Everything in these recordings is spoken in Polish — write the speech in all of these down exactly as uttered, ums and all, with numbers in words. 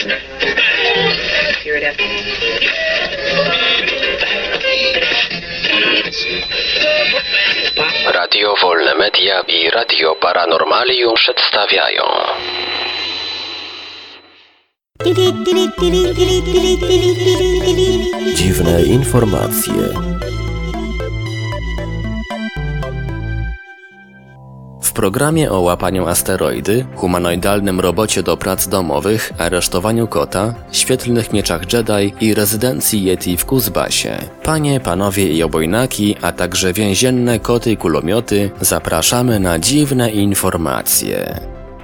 Radio Wolne Media i Radio Paranormalium przedstawiają dziwne informacje. W programie o łapaniu asteroidy, humanoidalnym robocie do prac domowych, aresztowaniu kota, świetlnych mieczach Jedi i rezydencji Yeti w Kuzbasie. Panie, panowie i obojnaki, a także więzienne koty i kulomioty, zapraszamy na dziwne informacje.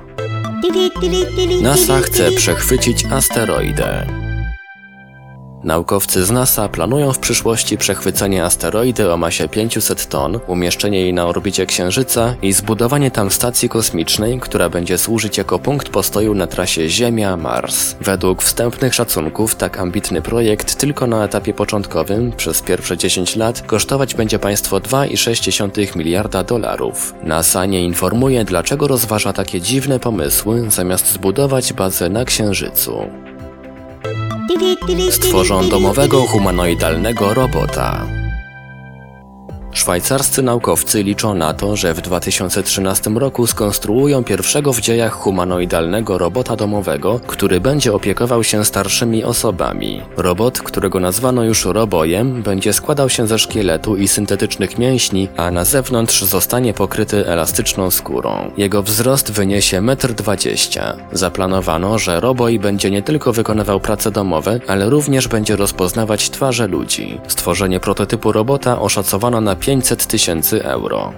NASA chce przechwycić asteroidę. Naukowcy z NASA planują w przyszłości przechwycenie asteroidy o masie pięćset ton, umieszczenie jej na orbicie Księżyca i zbudowanie tam stacji kosmicznej, która będzie służyć jako punkt postoju na trasie Ziemia-Mars. Według wstępnych szacunków tak ambitny projekt tylko na etapie początkowym, przez pierwsze dziesięć lat, kosztować będzie państwo dwa i sześć dziesiątych miliarda dolarów. NASA nie informuje, dlaczego rozważa takie dziwne pomysły, zamiast zbudować bazę na Księżycu. Stworzą domowego humanoidalnego robota. Szwajcarscy naukowcy liczą na to, że w dwa tysiące trzynastym roku skonstruują pierwszego w dziejach humanoidalnego robota domowego, który będzie opiekował się starszymi osobami. Robot, którego nazwano już Robojem, będzie składał się ze szkieletu i syntetycznych mięśni, a na zewnątrz zostanie pokryty elastyczną skórą. Jego wzrost wyniesie metr dwadzieścia. Zaplanowano, że Roboj będzie nie tylko wykonywał prace domowe, ale również będzie rozpoznawać twarze ludzi. Stworzenie prototypu robota oszacowano na pięćset tysięcy euro.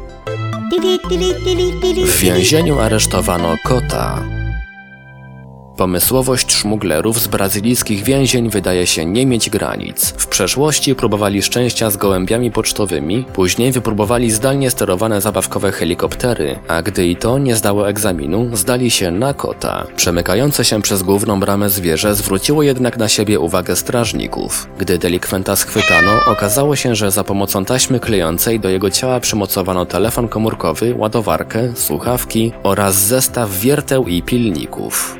W więzieniu aresztowano kota. Pomysłowość szmuglerów z brazylijskich więzień wydaje się nie mieć granic. W przeszłości próbowali szczęścia z gołębiami pocztowymi, później wypróbowali zdalnie sterowane zabawkowe helikoptery, a gdy i to nie zdało egzaminu, zdali się na kota. Przemykające się przez główną bramę zwierzę zwróciło jednak na siebie uwagę strażników. Gdy delikwenta schwytano, okazało się, że za pomocą taśmy klejącej do jego ciała przymocowano telefon komórkowy, ładowarkę, słuchawki oraz zestaw wierteł i pilników.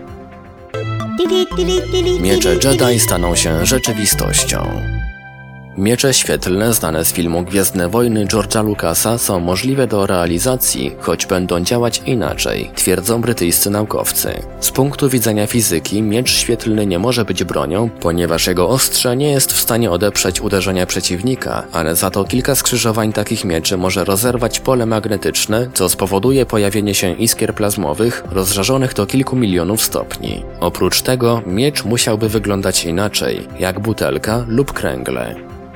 Miecze Jedi staną się rzeczywistością. Miecze świetlne znane z filmu Gwiezdne Wojny George'a Lucasa są możliwe do realizacji, choć będą działać inaczej, twierdzą brytyjscy naukowcy. Z punktu widzenia fizyki miecz świetlny nie może być bronią, ponieważ jego ostrze nie jest w stanie odeprzeć uderzenia przeciwnika, ale za to kilka skrzyżowań takich mieczy może rozerwać pole magnetyczne, co spowoduje pojawienie się iskier plazmowych rozżarzonych do kilku milionów stopni. Oprócz tego miecz musiałby wyglądać inaczej, jak butelka lub kręgle.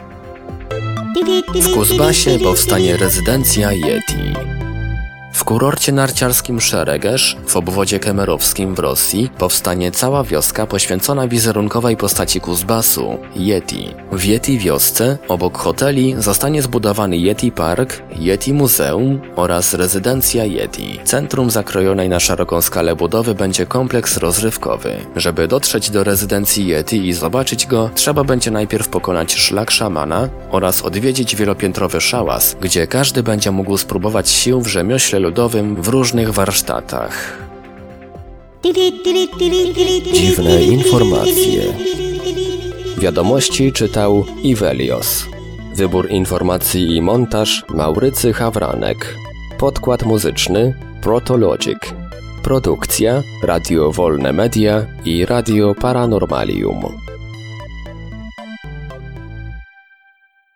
W Kuzbasie powstanie rezydencja Yeti. W kurorcie narciarskim Szeregesz, w obwodzie kemerowskim w Rosji, powstanie cała wioska poświęcona wizerunkowej postaci Kuzbasu, Yeti. W Yeti wiosce, obok hoteli, zostanie zbudowany Yeti Park, Yeti Muzeum oraz rezydencja Yeti. Centrum zakrojonej na szeroką skalę budowy będzie kompleks rozrywkowy. Żeby dotrzeć do rezydencji Yeti i zobaczyć go, trzeba będzie najpierw pokonać szlak szamana oraz odwiedzić wielopiętrowy szałas, gdzie każdy będzie mógł spróbować sił w rzemiośle ludowym w różnych warsztatach. Dziwne informacje. Wiadomości czytał Ivelios. Wybór informacji i montaż Maurycy Hawranek. Podkład muzyczny Protologic. Produkcja Radio Wolne Media i Radio Paranormalium.